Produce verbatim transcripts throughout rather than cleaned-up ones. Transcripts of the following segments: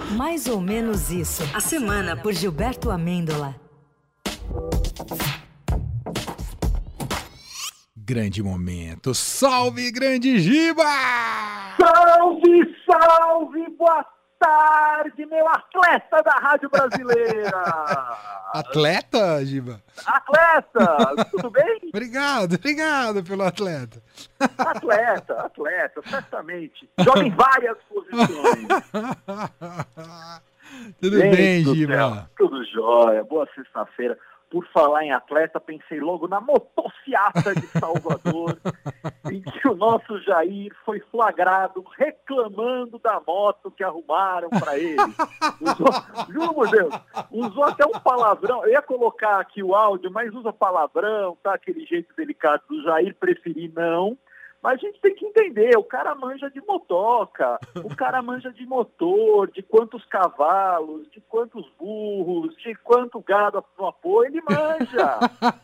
Mais ou menos isso. A semana por Gilberto Amêndola. Grande momento. Salve, grande Giba! Salve, salve, boa tarde, meu atleta da Rádio Brasileira! Atleta, Giba? Atleta, tudo bem? Obrigado, obrigado pelo atleta. Atleta, atleta, certamente. Joga em várias posições. Tudo Gente bem, do Giba? céu, tudo jóia, boa sexta-feira. Por falar em atleta, pensei logo na motociata de Salvador, em que o nosso Jair foi flagrado reclamando da moto que arrumaram para ele. Usou, juro por Deus, usou até um palavrão. Eu ia colocar aqui o áudio, mas usa palavrão, tá? Aquele jeito delicado do Jair, preferi não. Mas a gente tem que entender, o cara manja de motoca, o cara manja de motor, de quantos cavalos, de quantos burros, de quanto gado no apoio, ele manja.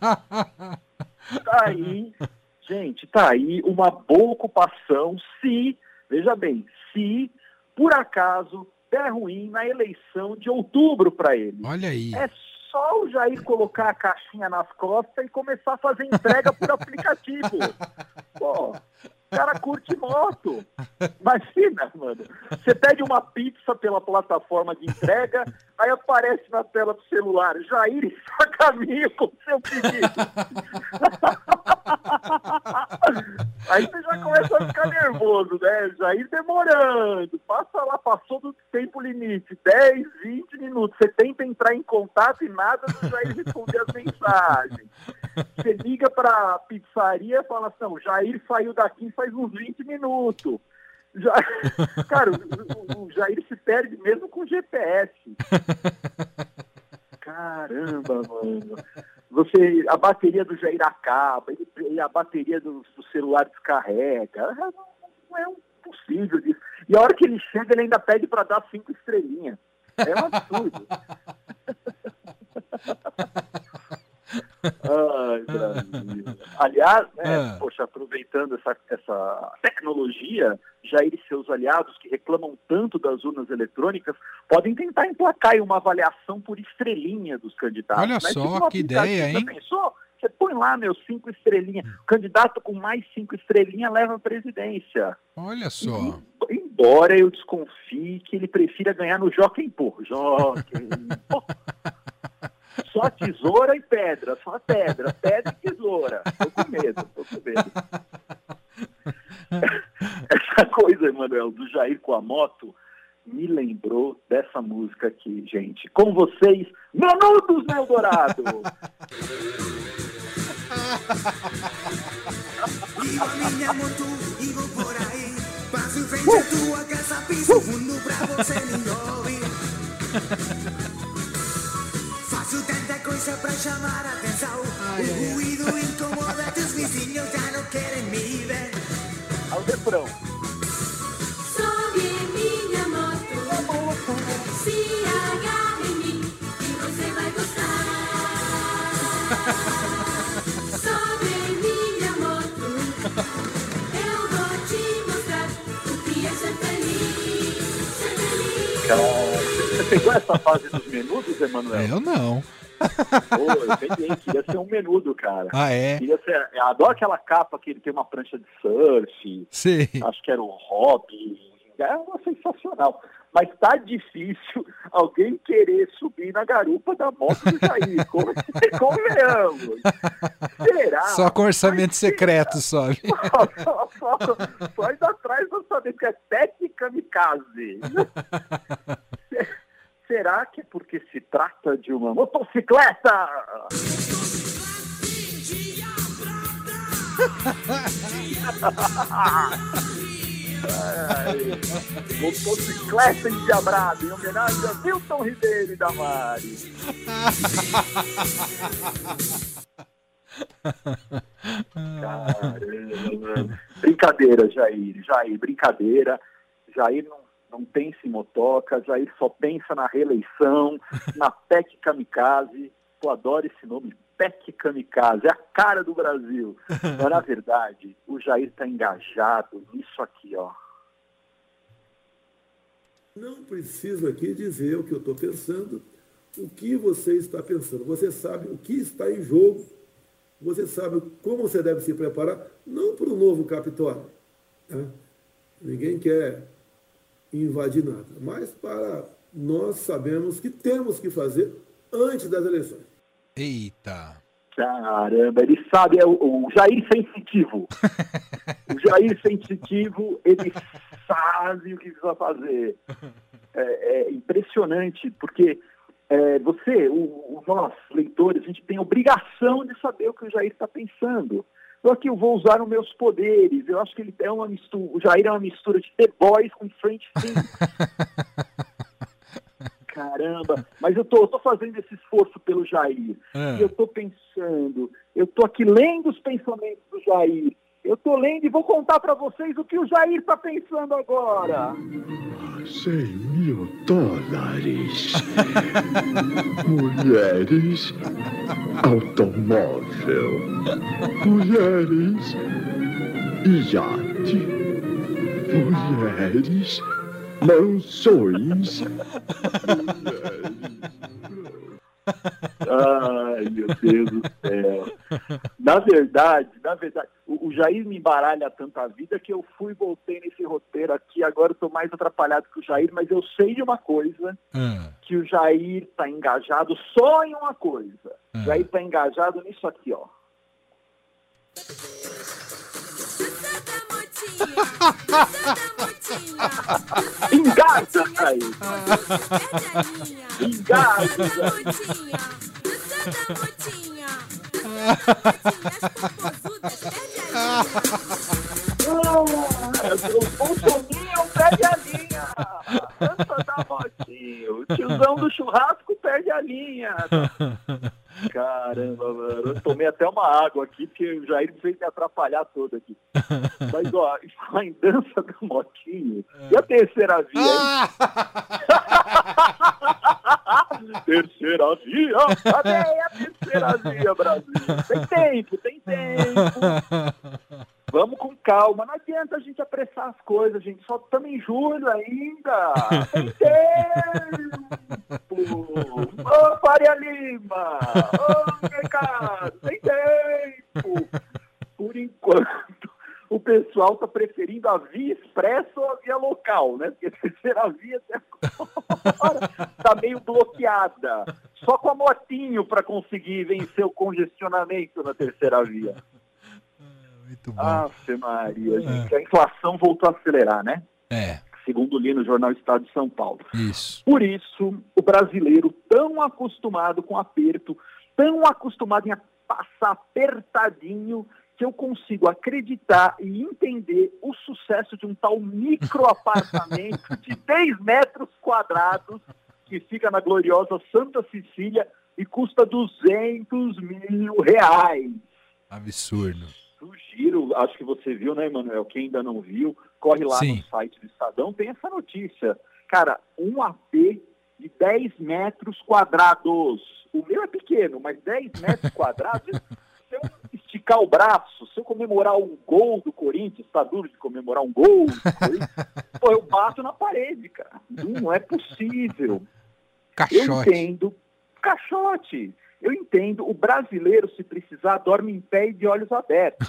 Tá aí, gente, tá aí uma boa ocupação se, veja bem, se por acaso der ruim na eleição de outubro para ele. Olha aí. É só o Jair colocar a caixinha nas costas e começar a fazer entrega por aplicativo. Pô, o cara curte moto. Imagina, mano. Você pede uma pizza pela plataforma de entrega, aí aparece na tela do celular, Jair está a caminho com o seu pedido. Aí você já começa a ficar nervoso, né? Jair demorando, passa lá, passou do tempo limite, dez, vinte minutos. Você tenta entrar em contato e nada do Jair responder as mensagens. Você liga pra pizzaria e fala assim, não, Jair saiu daqui faz uns vinte minutos. Já... Cara, o, o Jair se perde mesmo com G P S. Caramba, mano. Você, a bateria do Jair acaba, ele, a bateria do, do celular descarrega. Não, não é possível isso. E a hora que ele chega, ele ainda pede para dar cinco estrelinhas. É um absurdo. Ai, Brasil. Aliás, né, ah. poxa, aproveitando essa, essa tecnologia, Jair e seus aliados que reclamam tanto das urnas eletrônicas podem tentar emplacar aí uma avaliação por estrelinha dos candidatos. Olha né? Só, tipo que ideia, hein? Já pensou? Você põe lá, meu, cinco estrelinhas. O candidato com mais cinco estrelinhas leva a presidência. Olha só. E, embora eu desconfie que ele prefira ganhar no Jockey Pô. Jockey Pô. Só tesoura e pedra, só pedra, pedra e tesoura. Tô com medo, tô com medo. Essa coisa, Emanuel, do Jair com a moto, me lembrou dessa música aqui, gente. Com vocês, Menudos, meu dourado! Viva minha moto, igo por aí. Passo em frente a tua casa, piso fundo pra você me ouvir. Faço tanta coisa pra chamar a atenção. Ai, o ai, ruído incomoda, tus vizinhos já não querem me ver. Ao refrão. Sobe minha moto, se agarra em mim e você vai gostar. Sobe minha moto, eu vou te mostrar o que é ser feliz, ser feliz. Cara, você pegou essa fase dos menudos, Emanuel? Eu não. Pô, eu peguei, queria ser um menudo, cara. Ah, é? Queria ser, eu adoro aquela capa que ele tem uma prancha de surf. Sim. Acho que era o Hobby. É uma sensacional. Mas tá difícil alguém querer subir na garupa da moto do Jair. Como convenhamos. Será? Só com orçamento Mas secreto, será? sobe. Só, só, só, só indo atrás do orçamento, que é técnica kamikaze. Será que é porque se trata de uma motocicleta? Ai, motocicleta endiabrada em homenagem a Milton Ribeiro e Damares. Caramba, mano. Brincadeira, Jair. Jair, brincadeira. Jair não, não pensa em motoca. Jair só pensa na reeleição, na P E C Kamikaze. Eu adoro esse nome, P E C Kamikaze. É a cara do Brasil. Mas, na verdade, o Jair está engajado nisso aqui, ó. Não preciso aqui dizer o que eu estou pensando, o que você está pensando. Você sabe o que está em jogo, você sabe como você deve se preparar, não para o novo Capitólio. Tá? Ninguém quer invadir nada, mas para nós sabemos que temos que fazer antes das eleições. Eita. Caramba, ele sabe, é o, o Jair Sensitivo. O Jair Sensitivo, ele sabe o que precisa fazer. É, é impressionante, porque é, você, o, o nós, leitores, a gente tem a obrigação de saber o que o Jair está pensando. Eu aqui eu vou usar os meus poderes. Eu acho que ele é uma mistura. O Jair é uma mistura de The Boys com French Prince. Caramba, mas eu tô, eu tô fazendo esse esforço pelo Jair. É. E eu tô pensando, eu tô aqui lendo os pensamentos do Jair. Eu tô lendo e vou contar para vocês o que o Jair tá pensando agora. Cem mil dólares. Mulheres. Automóvel. Mulheres. Iate. Mulheres. Mansões. Ai, meu Deus do céu. Na verdade, na verdade, o, o Jair me embaralha tanta vida que eu fui e voltei nesse roteiro aqui. Agora eu tô mais atrapalhado que o Jair, mas eu sei de uma coisa, Ah, que o Jair tá engajado só em uma coisa. Ah. O Jair tá engajado nisso aqui, ó. Engaja, Jair. Engaja, Jair. Ah, o Bolsonaro perde a linha. Dança da motinha. O tiozão do churrasco perde a linha. Caramba, mano. Eu tomei até uma água aqui, porque o Jair fez me atrapalhar todo aqui. Mas, ó, falar em dança da motinho. E a terceira via, hein? Terceira via? Cadê a terceira via, Brasil? Tem tempo, tem tempo. Vamos com calma. Não adianta a gente apressar as coisas, gente. Só estamos em julho ainda. Tem tempo. Ô, Faria Lima. Ô, mercado. Tem tempo. Por enquanto, o pessoal está preferindo a via expressa ou a via local, né? Porque a terceira via até agora está meio bloqueada. Só com a motinho para conseguir vencer o congestionamento na terceira via. muito bom. Ave Maria, gente. A inflação voltou a acelerar, né? É, Segundo li no jornal Estado de São Paulo. isso. Por isso, o brasileiro, tão acostumado com aperto, tão acostumado em passar apertadinho, que eu consigo acreditar e entender o sucesso de um tal microapartamento de dez metros quadrados que fica na gloriosa Santa Cecília e custa duzentos mil reais. Absurdo. Sugiro, acho que você viu, né, Emanuel? Quem ainda não viu, corre lá Sim. no site do Estadão, tem essa notícia. Cara, um A P de dez metros quadrados. O meu é pequeno, mas dez metros quadrados, se eu esticar o braço, se eu comemorar um gol do Corinthians, tá duro de comemorar um gol do Corinthians, pô, eu bato na parede, cara. Não é possível. Eu Caixote. entendo. Caixote. Eu entendo. O brasileiro, se precisar, dorme em pé e de olhos abertos.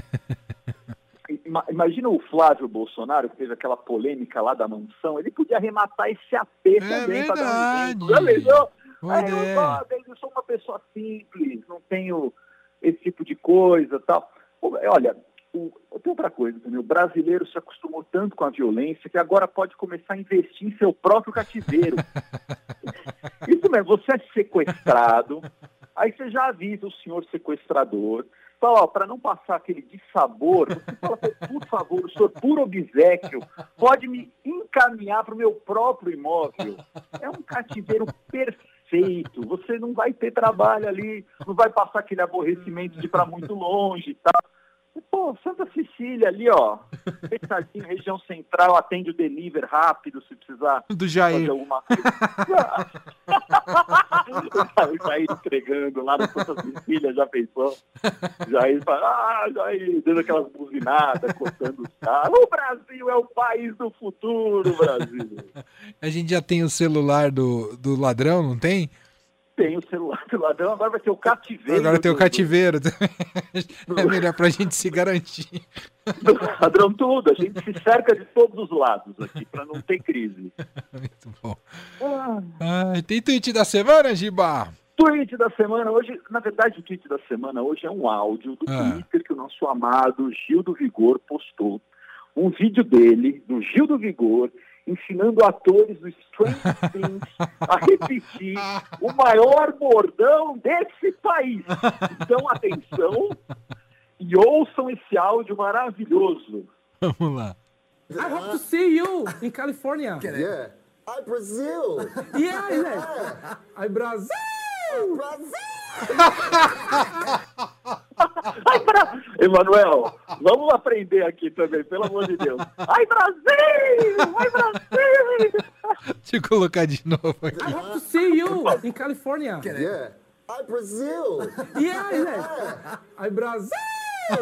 Ima- Imagina o Flávio Bolsonaro, que fez aquela polêmica lá da mansão. Ele podia arrematar esse A P também para dar um verdade. exemplo. Já pensou? Boa Aí eu, ideia. ó, eu sou uma pessoa simples, não tenho esse tipo de coisa tal. Pô, Olha, o, tem outra coisa também. O brasileiro se acostumou tanto com a violência que agora pode começar a investir em seu próprio cativeiro. Isso mesmo, você é sequestrado, aí você já avisa o senhor sequestrador, fala, ó, para não passar aquele dissabor, você fala, por favor, o senhor, por obséquio, pode me encaminhar para o meu próprio imóvel. É um cativeiro perfeito, você não vai ter trabalho ali, não vai passar aquele aborrecimento de ir para muito longe e tal. Pô, Santa Cecília ali, ó, fechadinho, região central, atende o delivery rápido, se precisar Do fazer Jair. alguma coisa. O Jair entregando lá nas suas filhas, já pensou? Jair fala, ah, Jair, dando aquelas buzinadas, cortando os carros. O Brasil é o país do futuro, Brasil. A gente já tem o celular do, do ladrão, não tem? Tem o celular do ladrão, agora vai ter o cativeiro. Agora tem o do- cativeiro. É melhor pra gente se garantir. do ladrão tudo. A gente se cerca de todos os lados aqui, para não ter crise. Muito bom. Ai, tem tweet da semana, Giba? Tweet da semana, hoje, na verdade o tweet da semana hoje é um áudio do Ah. Twitter que o nosso amado Gil do Vigor postou. Um vídeo dele, do Gil do Vigor, ensinando atores do Stranger Things a repetir o maior bordão desse país. Então, atenção e ouçam esse áudio maravilhoso. Vamos lá. I hope to see you in California. Yeah. Hi, Brazil. Yeah, yeah. I Brazil. Ai, Bra... Emanuel, vamos aprender aqui também, pelo amor de Deus. Ai, Brasil! Ai, Brasil! Deixa eu colocar de novo aqui. I hope to see you in California. Yeah. Hi, Brazil. Yeah, yeah. I Brazil. Ai,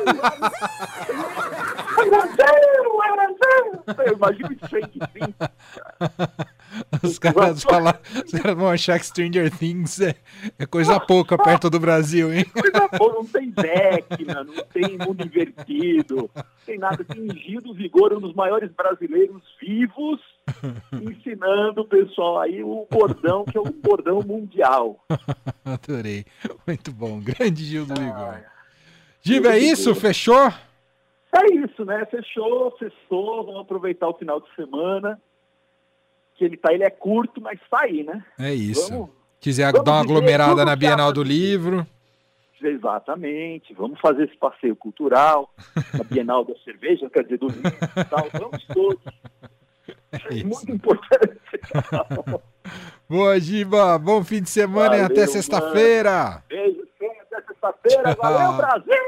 Brasil! Ai, Brasil! Eu imagino isso aí que sim. Os caras, falar, os caras vão achar que Stranger Things é, é coisa pouca perto do Brasil, hein? Coisa boa, não tem Vecna, não tem Mundo Invertido, não tem nada. Tem Gil do Vigor, um dos maiores brasileiros vivos, ensinando o pessoal aí o bordão, que é o bordão mundial. Adorei. Muito bom. Grande Gil do Vigor. Giba, é isso? Fechou? É isso, né? Fechou, fechou. Vamos aproveitar o final de semana. Que ele tá, ele é curto, mas tá aí, né? É isso. Vamos- Quiser vamos dar uma viver aglomerada tudo na que há Bienal pra do viver. Livro. Exatamente. Vamos fazer esse passeio cultural, na Bienal da Cerveja, quer dizer, do livro e tal. Vamos todos. É É muito isso. importante. Boa, Giba. Bom fim de semana e Valeu, até sexta-feira. Beijo, até sexta-feira. Valeu, Tchau. Brasil!